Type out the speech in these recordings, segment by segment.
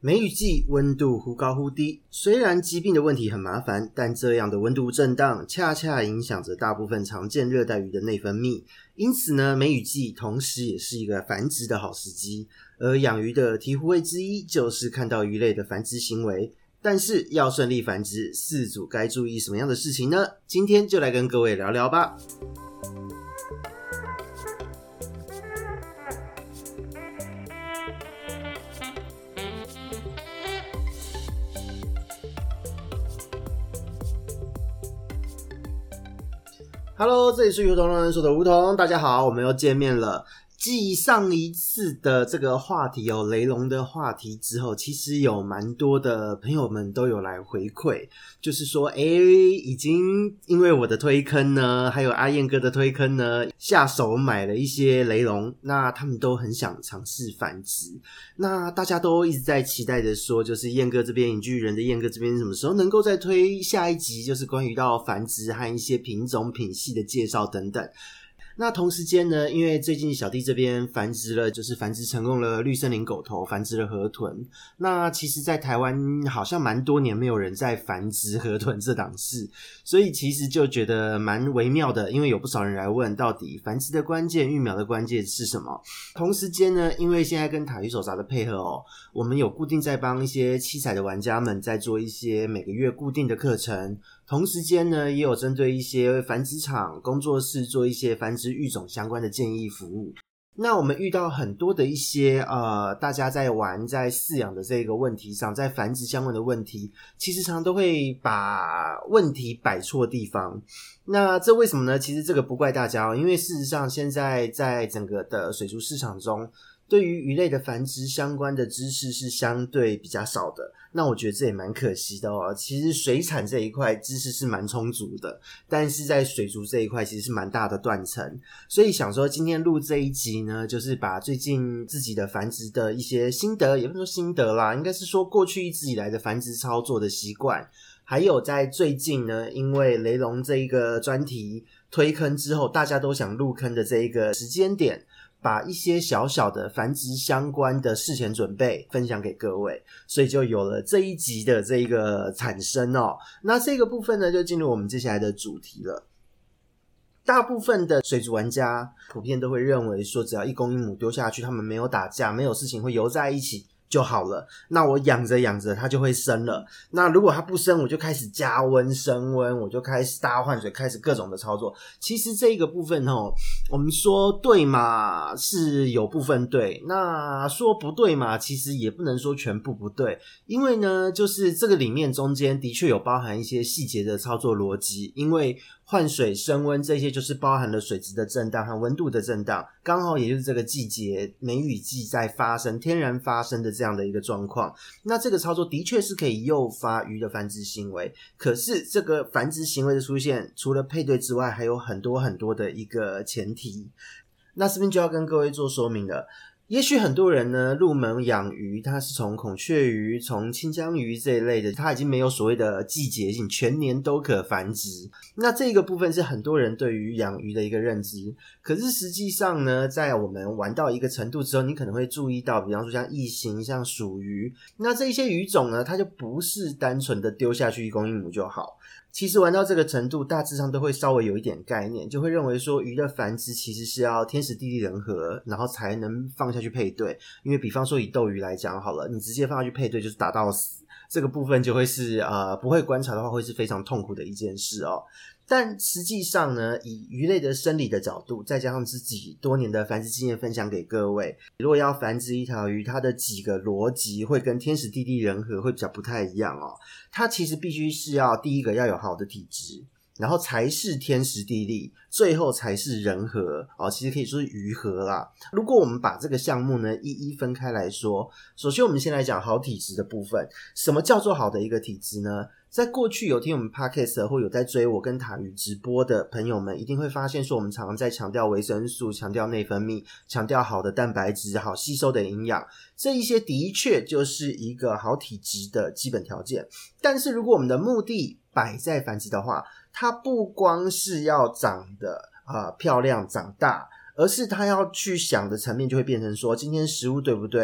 梅雨季温度忽高忽低，虽然疾病的问题很麻烦，但这样的温度震荡恰恰影响着大部分常见热带鱼的内分泌，因此呢，梅雨季同时也是一个繁殖的好时机。而养鱼的醍醐味之一就是看到鱼类的繁殖行为，但是要顺利繁殖，饲主该注意什么样的事情呢？今天就来跟各位聊聊吧。Hello， 这里是鱼童乱说的梧桐，大家好，我们又见面了。继上一次的这个话题雷龙的话题之后，其实有蛮多的朋友们都有来回馈，就是说已经因为我的推坑呢，还有阿燕哥的推坑呢，下手买了一些雷龙，那他们都很想尝试繁殖。那大家都一直在期待的说，就是燕哥这边影剧人的燕哥这边什么时候能够再推下一集，就是关于到繁殖和一些品种品系的介绍等等。那同时间呢，因为最近小弟这边繁殖成功了绿森林狗头，繁殖了河豚。那其实在台湾好像蛮多年没有人在繁殖河豚这档事，所以其实就觉得蛮微妙的，因为有不少人来问到底繁殖的关键、育苗的关键是什么。同时间呢，因为现在跟塔鱼手札的配合我们有固定在帮一些七彩的玩家们在做一些每个月固定的课程，同时间呢也有针对一些繁殖场工作室做一些繁殖育种相关的建议服务。那我们遇到很多的一些大家在玩在饲养的这个问题上，在繁殖相关的问题，其实常常都会把问题摆错地方。那这为什么呢？其实这个不怪大家因为事实上现在在整个的水族市场中，对于鱼类的繁殖相关的知识是相对比较少的，那我觉得这也蛮可惜的其实水产这一块知识是蛮充足的，但是在水族这一块其实是蛮大的断层，所以想说今天录这一集呢，就是把最近自己的繁殖的一些心得，也不是说心得啦，应该是说过去一直以来的繁殖操作的习惯，还有在最近呢，因为雷龙这一个专题推坑之后，大家都想入坑的这一个时间点，把一些小小的繁殖相关的事前准备分享给各位，所以就有了这一集的这个产生那这个部分呢，就进入我们接下来的主题了。大部分的水族玩家普遍都会认为说，只要一公一母丢下去，他们没有打架，没有事情会游在一起就好了，那我养着养着它就会生了，那如果它不生，我就开始加温升温，我就开始大换水，开始各种的操作。其实这个部分我们说对嘛是有部分对，那说不对嘛其实也不能说全部不对，因为呢就是这个里面中间的确有包含一些细节的操作逻辑，因为换水升温这些就是包含了水质的震荡和温度的震荡，刚好也就是这个季节梅雨季在发生天然发生的这样的一个状况，那这个操作的确是可以诱发鱼的繁殖行为，可是这个繁殖行为的出现除了配对之外还有很多很多的一个前提，那这边就要跟各位做说明了。也许很多人呢入门养鱼，他是从孔雀鱼从清江鱼这一类的，他已经没有所谓的季节性，全年都可繁殖，那这个部分是很多人对于养鱼的一个认知。可是实际上呢，在我们玩到一个程度之后，你可能会注意到比方说像异形像鼠鱼，那这一些鱼种呢，它就不是单纯的丢下去一公一母就好，其实玩到这个程度大致上都会稍微有一点概念，就会认为说鱼的繁殖其实是要天时地利人和，然后才能放下去配对，因为比方说以斗鱼来讲好了，你直接放下去配对就是打到死，这个部分就会是不会观察的话会是非常痛苦的一件事但实际上呢，以鱼类的生理的角度，再加上自己多年的繁殖经验分享给各位，如果要繁殖一条鱼，它的几个逻辑会跟天时地利人和会比较不太一样它其实必须是要第一个要有好的体质，然后才是天时地利，最后才是人和其实可以说是鱼和啦。如果我们把这个项目呢一一分开来说，首先我们先来讲好体质的部分。什么叫做好的一个体质呢？在过去有听我们 podcast 或有在追我跟塔鱼直播的朋友们，一定会发现说我们常常在强调维生素，强调内分泌，强调好的蛋白质，好吸收的营养，这一些的确就是一个好体质的基本条件。但是如果我们的目的摆在繁殖的话，它不光是要长得漂亮长大，而是它要去想的层面就会变成说，今天食物对不对，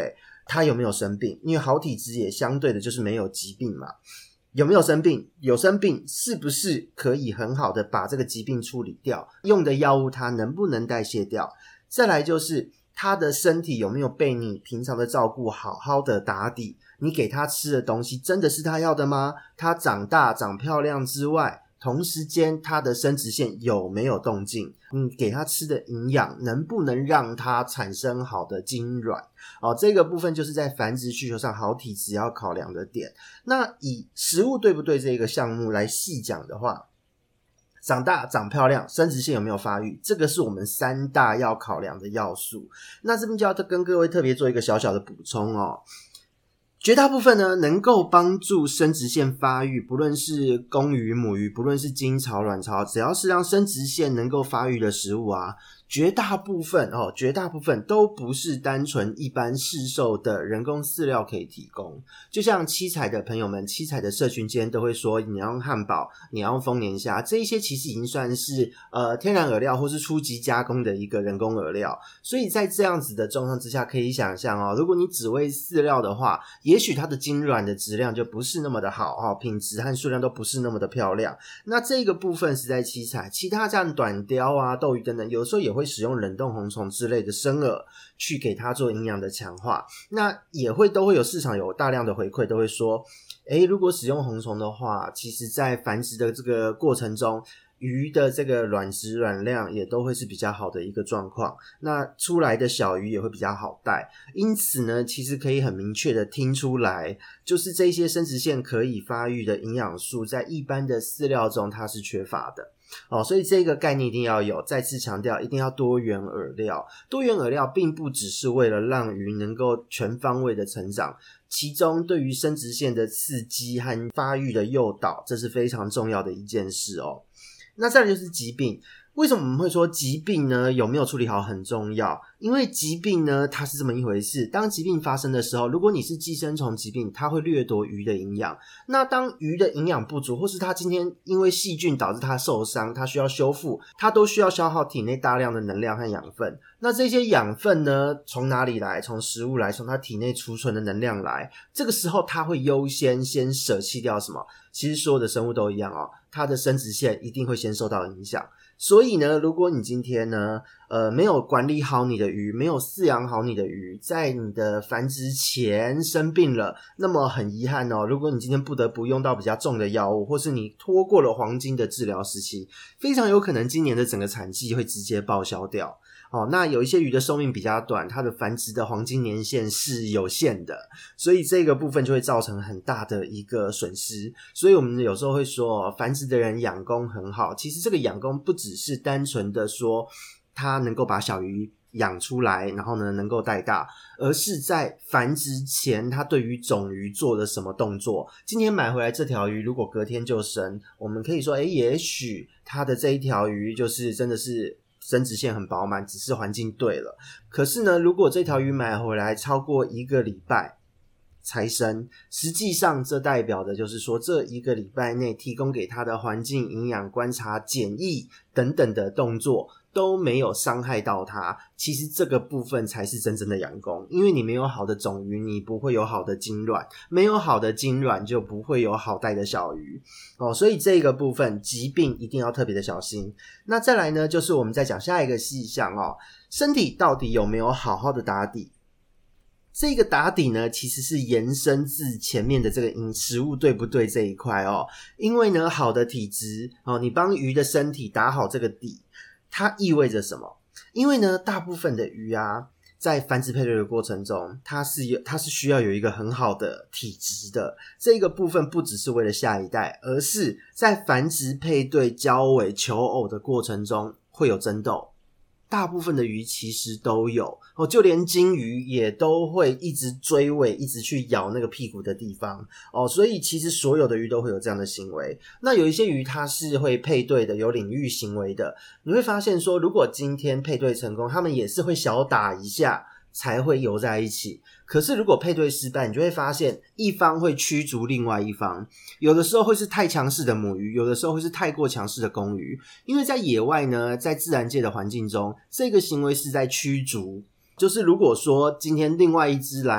他有没有生病，因为好体质也相对的就是没有疾病嘛。有没有生病？有生病，是不是可以很好的把这个疾病处理掉？用的药物它能不能代谢掉？再来就是他的身体有没有被你平常的照顾好好的打底？你给他吃的东西真的是他要的吗？他长大长漂亮之外，同时间他的生殖腺有没有动静？你给他吃的营养能不能让他产生好的精卵？这个部分就是在繁殖需求上好体质要考量的点。那以食物对不对这个项目来细讲的话，长大长漂亮，生殖腺有没有发育，这个是我们3大要考量的要素。那这边就要跟各位特别做一个小小的补充绝大部分呢能够帮助生殖腺发育，不论是公鱼母鱼，不论是精巢卵巢，只要是让生殖腺能够发育的食物啊，绝大部分都不是单纯一般市售的人工饲料可以提供。就像七彩的朋友们，七彩的社群间都会说你要用汉堡，你要用丰年虾，这一些其实已经算是天然饵料或是初级加工的一个人工饵料。所以在这样子的状况之下，可以想象如果你只喂饲料的话，也许它的精卵的质量就不是那么的好品质和数量都不是那么的漂亮。那这个部分是在七彩，其他像短鲷啊、斗鱼等等，有时候也会使用冷冻红虫之类的生饵去给它做营养的强化。那也都会有市场有大量的回馈，都会说如果使用红虫的话，其实在繁殖的这个过程中，鱼的这个卵质卵量也都会是比较好的一个状况，那出来的小鱼也会比较好带。因此呢，其实可以很明确的听出来，就是这些生殖腺可以发育的营养素在一般的饲料中它是缺乏的所以这个概念一定要有，再次强调一定要多元饵料。多元饵料并不只是为了让鱼能够全方位的成长，其中对于生殖腺的刺激和发育的诱导，这是非常重要的一件事那再来就是疾病。为什么我们会说疾病呢有没有处理好很重要？因为疾病呢它是这么一回事，当疾病发生的时候，如果你是寄生虫疾病，它会掠夺鱼的营养。那当鱼的营养不足，或是它今天因为细菌导致它受伤，它需要修复，它都需要消耗体内大量的能量和养分。那这些养分呢从哪里来？从食物来，从它体内储存的能量来。这个时候它会优先先舍弃掉什么？其实所有的生物都一样它的生殖腺一定会先受到影响。所以呢，如果你今天呢没有管理好你的鱼，没有饲养好你的鱼，在你的繁殖前生病了，那么很遗憾如果你今天不得不用到比较重的药物，或是你拖过了黄金的治疗时期，非常有可能今年的整个产季会直接报销掉那有一些鱼的寿命比较短，它的繁殖的黄金年限是有限的，所以这个部分就会造成很大的一个损失。所以我们有时候会说繁殖的人养功很好，其实这个养功不只是单纯的说他能够把小鱼养出来，然后呢能够带大，而是在繁殖前他对于种鱼做了什么动作。今天买回来这条鱼如果隔天就生，我们可以说也许他的这一条鱼就是真的是生殖腺很饱满，只是环境对了。可是呢，如果这条鱼买回来超过1个礼拜才生，实际上这代表的就是说这1个礼拜内提供给它的环境、营养、观察、检疫等等的动作都没有伤害到它。其实这个部分才是真正的养功，因为你没有好的种鱼，你不会有好的精卵，没有好的精卵就不会有好带的小鱼所以这个部分疾病一定要特别的小心。那再来呢，就是我们再讲下一个细项身体到底有没有好好的打底。这个打底呢其实是延伸自前面的这个食物对不对这一块因为呢好的体质你帮鱼的身体打好这个底，它意味着什么？因为呢大部分的鱼在繁殖配对的过程中，它是需要有一个很好的体质的。这个部分不只是为了下一代，而是在繁殖配对交尾求偶的过程中会有争斗，大部分的鱼其实都有就连金鱼也都会一直追尾，一直去咬那个屁股的地方所以其实所有的鱼都会有这样的行为。那有一些鱼它是会配对的，有领域行为的，你会发现说如果今天配对成功，他们也是会小打一下才会游在一起。可是如果配对失败，你就会发现一方会驱逐另外一方，有的时候会是太强势的母鱼，有的时候会是太过强势的公鱼。因为在野外呢，在自然界的环境中，这个行为是在驱逐，就是如果说今天另外一只来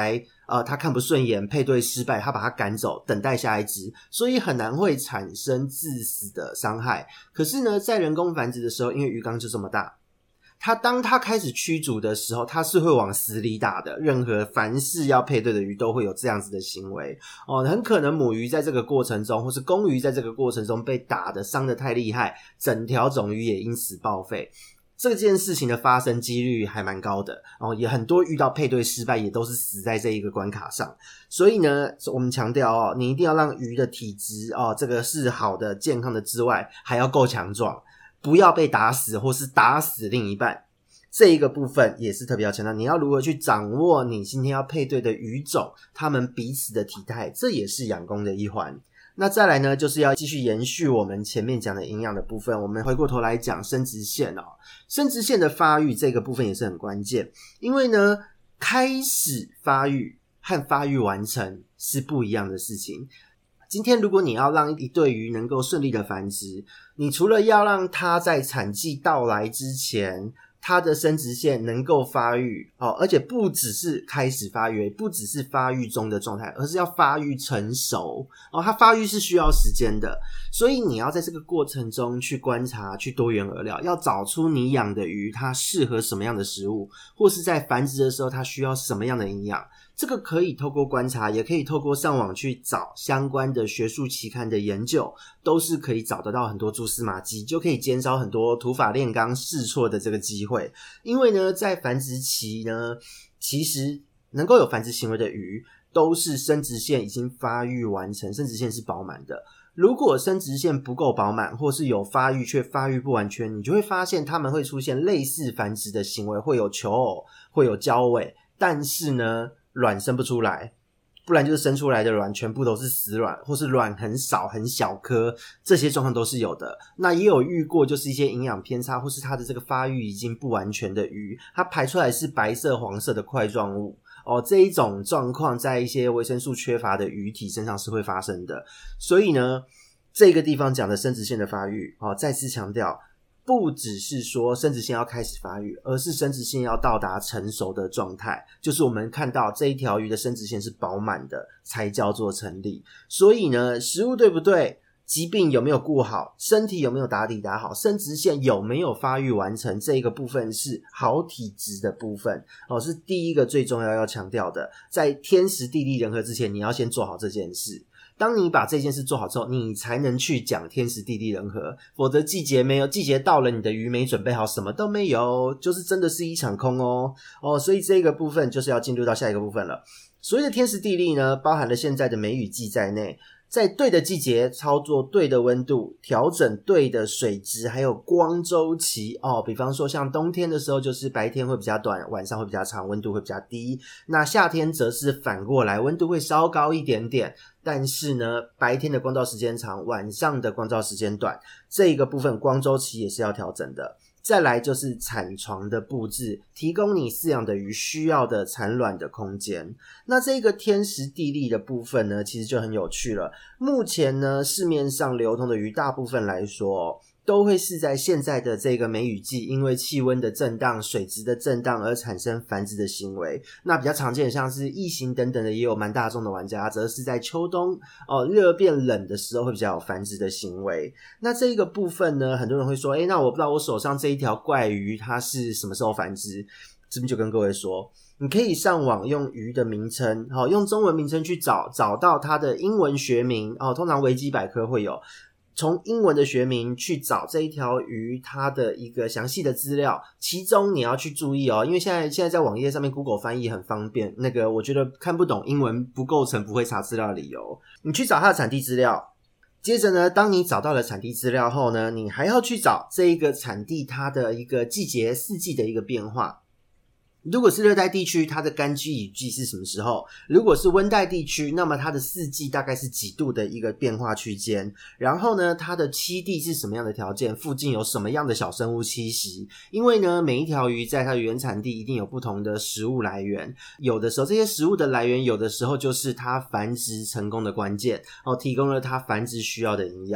他看不顺眼，配对失败，他把它赶走，等待下一只，所以很难会产生致死的伤害。可是呢，在人工繁殖的时候，因为鱼缸就这么大，当它开始驱逐的时候，它是会往死里打的，任何凡是要配对的鱼都会有这样子的行为很可能母鱼在这个过程中，或是公鱼在这个过程中被打的伤得太厉害，整条种鱼也因此报废。这件事情的发生几率还蛮高的也很多遇到配对失败也都是死在这一个关卡上。所以呢，我们强调你一定要让鱼的体质这个是好的健康的之外，还要够强壮，不要被打死或是打死另一半。这一个部分也是特别要强调，你要如何去掌握你今天要配对的鱼种，它们彼此的体态，这也是养功的一环。那再来呢，就是要继续延续我们前面讲的营养的部分，我们回过头来讲生殖腺生殖腺的发育这个部分也是很关键，因为呢，开始发育和发育完成是不一样的事情。今天如果你要让一对鱼能够顺利的繁殖，你除了要让它在产季到来之前它的生殖腺能够发育而且不只是开始发育，不只是发育中的状态，而是要发育成熟它发育是需要时间的，所以你要在这个过程中去观察，去多元而料，要找出你养的鱼它适合什么样的食物，或是在繁殖的时候它需要什么样的营养。这个可以透过观察，也可以透过上网去找相关的学术期刊的研究，都是可以找得到很多蛛丝马迹，就可以减少很多土法炼钢试错的这个机会。因为呢，在繁殖期呢，其实能够有繁殖行为的鱼都是生殖腺已经发育完成，生殖腺是饱满的。如果生殖腺不够饱满，或是有发育却发育不完全，你就会发现它们会出现类似繁殖的行为，会有求偶，会有交尾，但是呢卵生不出来，不然就是生出来的卵全部都是死卵，或是卵很少很小颗，这些状况都是有的。那也有遇过就是一些营养偏差，或是它的这个发育已经不完全的鱼，它排出来是白色黄色的块状物这一种状况在一些维生素缺乏的鱼体身上是会发生的。所以呢，这个地方讲的生殖腺的发育再次强调，不只是说生殖腺要开始发育，而是生殖腺要到达成熟的状态，就是我们看到这一条鱼的生殖腺是饱满的才叫做成立。所以呢，食物对不对，疾病有没有顾好，身体有没有打底打好，生殖腺有没有发育完成，这个部分是好体质的部分是第一个最重要要强调的。在天时地利人和之前，你要先做好这件事。当你把这件事做好之后，你才能去讲天时地利人和，否则季节没有，季节到了你的鱼没准备好，什么都没有，就是真的是一场空所以这个部分就是要进入到下一个部分了。所谓的天时地利呢，包含了现在的梅雨季在内，在对的季节操作对的温度，调整对的水质，还有光周期比方说像冬天的时候就是白天会比较短，晚上会比较长，温度会比较低。那夏天则是反过来，温度会稍高一点点，但是呢白天的光照时间长，晚上的光照时间短，这一个部分光周期也是要调整的。再来就是产床的布置，提供你饲养的鱼需要的产卵的空间。那这个天时地利的部分呢，其实就很有趣了。目前呢，市面上流通的鱼大部分来说都会是在现在的这个梅雨季，因为气温的震荡，水质的震荡而产生繁殖的行为。那比较常见的像是异形等等的，也有蛮大众的玩家则是在秋冬热变冷的时候会比较有繁殖的行为。那这个部分呢，很多人会说那我不知道我手上这一条怪鱼它是什么时候繁殖。这边就跟各位说，你可以上网用鱼的名称用中文名称去找到它的英文学名通常维基百科会有，从英文的学名去找这一条鱼它的一个详细的资料。其中你要去注意因为现在在网页上面 Google 翻译很方便，那个我觉得看不懂英文不构成不会查资料的理由。你去找它的产地资料，接着呢，当你找到了产地资料后呢，你还要去找这一个产地它的一个季节四季的一个变化。如果是热带地区，它的干季雨季是什么时候？如果是温带地区，那么它的四季大概是几度的一个变化区间？然后呢，它的栖地是什么样的条件？附近有什么样的小生物栖息？因为呢，每一条鱼在它的原产地一定有不同的食物来源，有的时候这些食物的来源，有的时候就是它繁殖成功的关键提供了它繁殖需要的营养。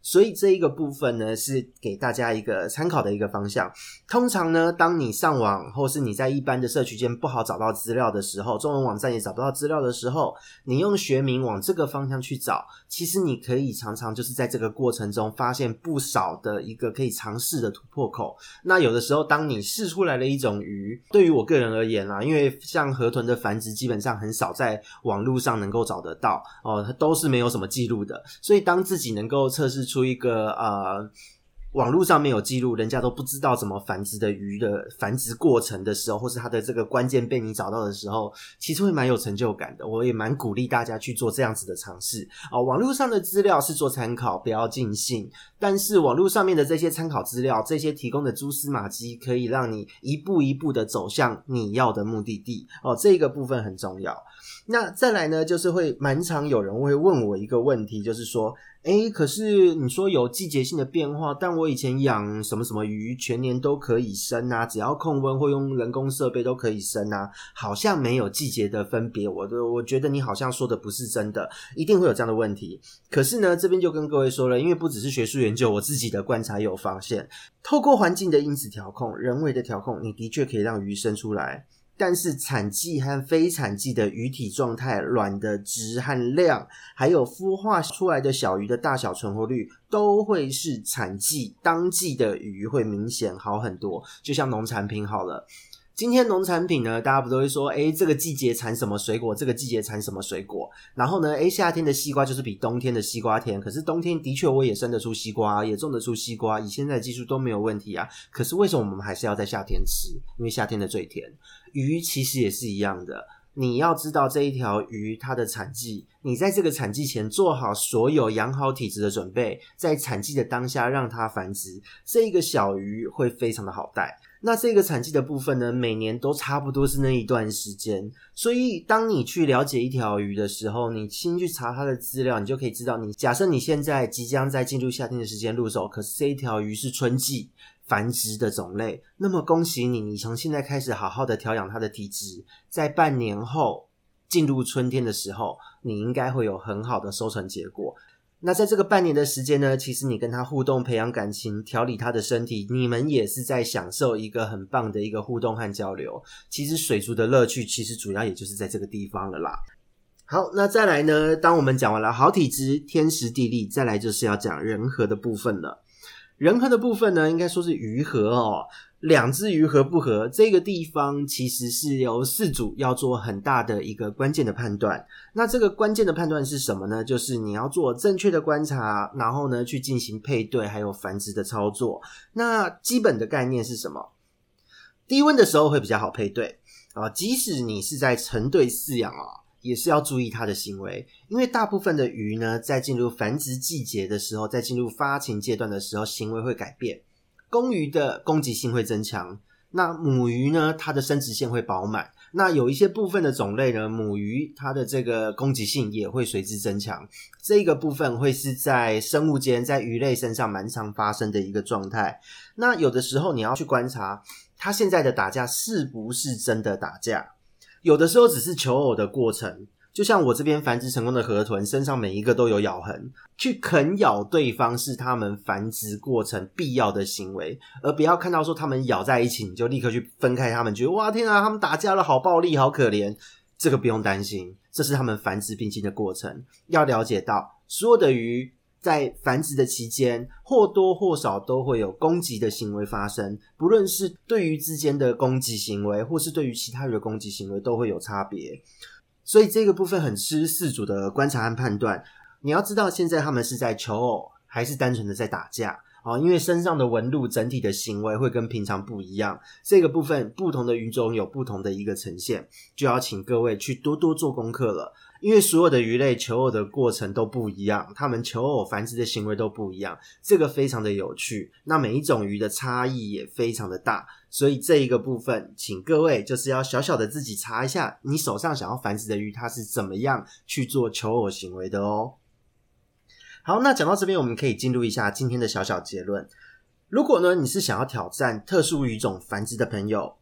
所以这一个部分呢是给大家一个参考的一个方向。通常呢，当你上网或是你在一般的社区间不好找到资料的时候，中文网站也找不到资料的时候，你用学名往这个方向去找，其实你可以常常就是在这个过程中发现不少的一个可以尝试的突破口。那有的时候当你试出来了一种鱼，对于我个人而言啦，因为像河豚的繁殖基本上很少在网络上能够找得到都是没有什么记录的，所以当自己能够测试出一个网络上面有记录，人家都不知道怎么繁殖的鱼的繁殖过程的时候，或是它的这个关键被你找到的时候，其实会蛮有成就感的。我也蛮鼓励大家去做这样子的尝试网络上的资料是做参考，不要尽信，但是网络上面的这些参考资料，这些提供的蛛丝马迹，可以让你一步一步的走向你要的目的地这个部分很重要。那再来呢，就是会蛮常有人会问我一个问题，就是说可是你说有季节性的变化，但我以前养什么什么鱼全年都可以生啊，只要控温或用人工设备都可以生啊，好像没有季节的分别，我觉得你好像说的不是真的，一定会有这样的问题。可是呢，这边就跟各位说了，因为不只是学术研究，我自己的观察有发现，透过环境的因子调控，人为的调控，你的确可以让鱼生出来，但是产季和非产季的鱼体状态、卵的质和量，还有孵化出来的小鱼的大小存活率，都会是产季当季的鱼会明显好很多。就像农产品好了，今天农产品呢，大家不都会说这个季节产什么水果，这个季节产什么水果，然后呢夏天的西瓜就是比冬天的西瓜甜，可是冬天的确我也生得出西瓜，也种得出西瓜，以现在的技术都没有问题啊，可是为什么我们还是要在夏天吃？因为夏天的最甜。鱼其实也是一样的，你要知道这一条鱼它的产季，你在这个产季前做好所有养好体质的准备，在产季的当下让它繁殖，这一个小鱼会非常的好带。那这个产季的部分呢，每年都差不多是那一段时间，所以当你去了解一条鱼的时候，你先去查它的资料，你就可以知道，假设你现在即将在进入夏天的时间入手，可是这一条鱼是春季繁殖的种类，那么恭喜你，你从现在开始好好的调养它的体质，在半年后进入春天的时候，你应该会有很好的收成结果。那在这个半年的时间呢，其实你跟他互动，培养感情，调理他的身体，你们也是在享受一个很棒的一个互动和交流。其实水族的乐趣其实主要也就是在这个地方了啦。好，那再来呢，当我们讲完了好体质、天时地利，再来就是要讲人和的部分了。人和的部分呢，应该说是鱼和两只鱼合不合，这个地方其实是由饲主要做很大的一个关键的判断。那这个关键的判断是什么呢？就是你要做正确的观察，然后呢去进行配对还有繁殖的操作。那基本的概念是什么？低温的时候会比较好配对即使你是在成对饲养也是要注意它的行为，因为大部分的鱼呢，在进入繁殖季节的时候，在进入发情阶段的时候，行为会改变。公鱼的攻击性会增强，那母鱼呢，它的生殖腺会饱满。那有一些部分的种类呢，母鱼它的这个攻击性也会随之增强。这个部分会是在生物间，在鱼类身上蛮常发生的一个状态。那有的时候你要去观察，它现在的打架是不是真的打架？有的时候只是求偶的过程，就像我这边繁殖成功的河豚，身上每一个都有咬痕，去啃咬对方是他们繁殖过程必要的行为，而不要看到说他们咬在一起，你就立刻去分开他们，觉得哇天啊，他们打架了，好暴力，好可怜。这个不用担心，这是他们繁殖并进的过程。要了解到，所有的鱼在繁殖的期间，或多或少都会有攻击的行为发生，不论是对鱼之间的攻击行为，或是对于其他鱼的攻击行为，都会有差别。所以这个部分很吃饲主的观察和判断。你要知道现在他们是在求偶，还是单纯的在打架因为身上的纹路整体的行为会跟平常不一样，这个部分不同的鱼种有不同的一个呈现，就要请各位去多多做功课了。因为所有的鱼类求偶的过程都不一样，它们求偶繁殖的行为都不一样，这个非常的有趣。那每一种鱼的差异也非常的大，所以这一个部分请各位就是要小小的自己查一下，你手上想要繁殖的鱼它是怎么样去做求偶行为的哦。好，那讲到这边我们可以进入一下今天的小小结论。如果呢你是想要挑战特殊鱼种繁殖的朋友，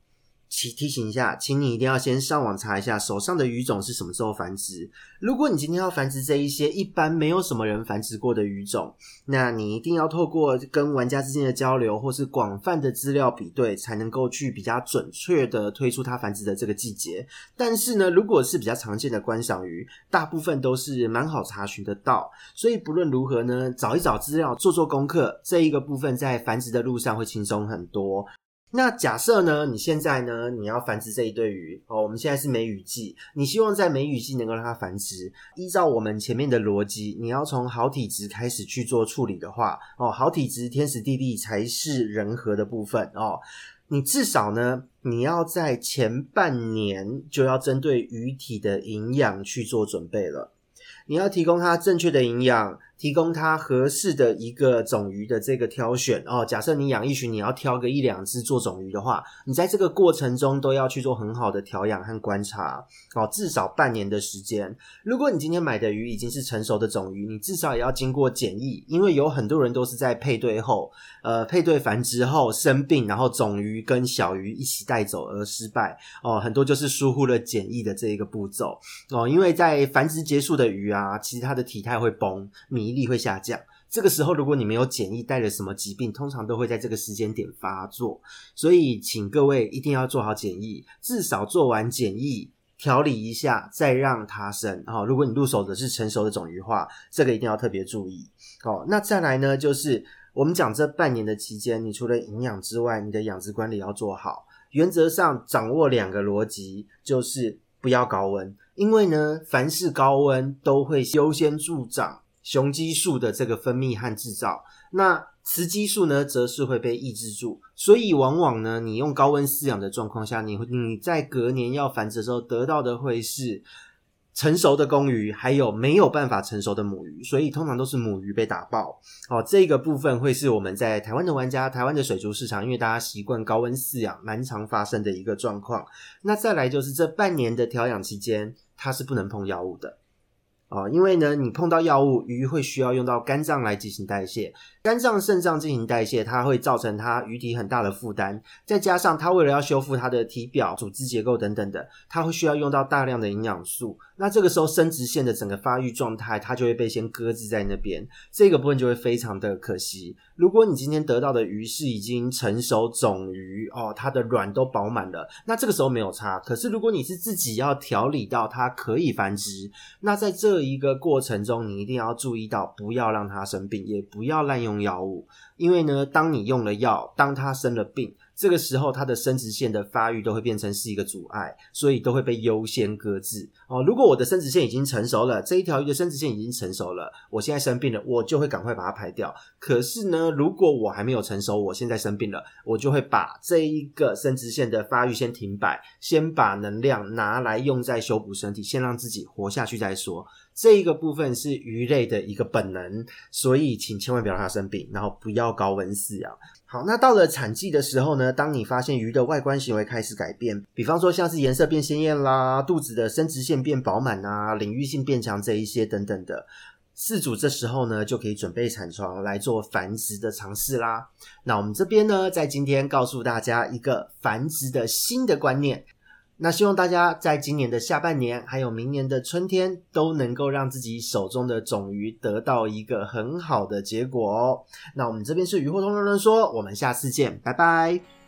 提醒一下，请你一定要先上网查一下手上的鱼种是什么时候繁殖。如果你今天要繁殖这一些一般没有什么人繁殖过的鱼种，那你一定要透过跟玩家之间的交流或是广泛的资料比对，才能够去比较准确的推出它繁殖的这个季节。但是呢，如果是比较常见的观赏鱼，大部分都是蛮好查询得到，所以不论如何呢，找一找资料，做功课，这一个部分在繁殖的路上会轻松很多。那假设呢，你现在呢，你要繁殖这一对鱼我们现在是梅雨季，你希望在梅雨季能够让它繁殖，依照我们前面的逻辑，你要从好体质开始去做处理的话好体质天时地利才是人和的部分你至少呢，你要在前半年就要针对鱼体的营养去做准备了。你要提供它正确的营养，提供它合适的一个种鱼的这个挑选假设你养一群，你要挑个一两只做种鱼的话，你在这个过程中都要去做很好的调养和观察至少半年的时间。如果你今天买的鱼已经是成熟的种鱼，你至少也要经过检疫，因为有很多人都是在配对后配对繁殖后生病，然后种鱼跟小鱼一起带走而失败很多就是疏忽了检疫的这一个步骤因为在繁殖结束的鱼其实它的体态会崩，免疫力会下降，这个时候如果你没有检疫带了什么疾病，通常都会在这个时间点发作，所以请各位一定要做好检疫，至少做完检疫调理一下再让它生如果你入手的是成熟的种鱼话，这个一定要特别注意那再来呢，就是我们讲这半年的期间，你除了营养之外，你的养殖管理要做好，原则上掌握两个逻辑，就是不要高温，因为呢，凡是高温都会优先助长雄激素的这个分泌和制造，那雌激素呢则是会被抑制住，所以往往呢，你用高温饲养的状况下，你在隔年要繁殖的时候得到的会是成熟的公鱼，还有没有办法成熟的母鱼，所以通常都是母鱼被打爆这个部分会是我们在台湾的玩家，台湾的水族市场，因为大家习惯高温饲养蛮常发生的一个状况。那再来就是这半年的调养期间，它是不能碰药物的因为呢，你碰到药物，鱼会需要用到肝脏来进行代谢，肝脏肾脏进行代谢，它会造成它鱼体很大的负担，再加上它为了要修复它的体表组织结构等等的，它会需要用到大量的营养素，那这个时候生殖腺的整个发育状态它就会被先搁置在那边，这个部分就会非常的可惜。如果你今天得到的鱼是已经成熟种鱼它的卵都饱满了，那这个时候没有差，可是如果你是自己要调理到它可以繁殖，那在这一个过程中你一定要注意到不要让它生病，也不要滥用药物，因为呢，当你用了药，当它生了病，这个时候它的生殖腺的发育都会变成是一个阻碍，所以都会被优先搁置如果我的生殖腺已经成熟了，这一条鱼的生殖腺已经成熟了，我现在生病了，我就会赶快把它排掉。可是呢，如果我还没有成熟，我现在生病了，我就会把这一个生殖腺的发育先停摆，先把能量拿来用在修补身体，先让自己活下去再说。这一个部分是鱼类的一个本能，所以请千万不要让它生病，然后不要高温饲养。好，那到了产季的时候呢，当你发现鱼的外观行为开始改变，比方说像是颜色变鲜艳啦，肚子的生殖腺变饱满啊，领域性变强这一些等等的，饲主这时候呢就可以准备产床来做繁殖的尝试啦。那我们这边呢，在今天告诉大家一个繁殖的新的观念，那希望大家在今年的下半年还有明年的春天都能够让自己手中的种鱼得到一个很好的结果那我们这边是鱼货通论说，我们下次见，拜拜。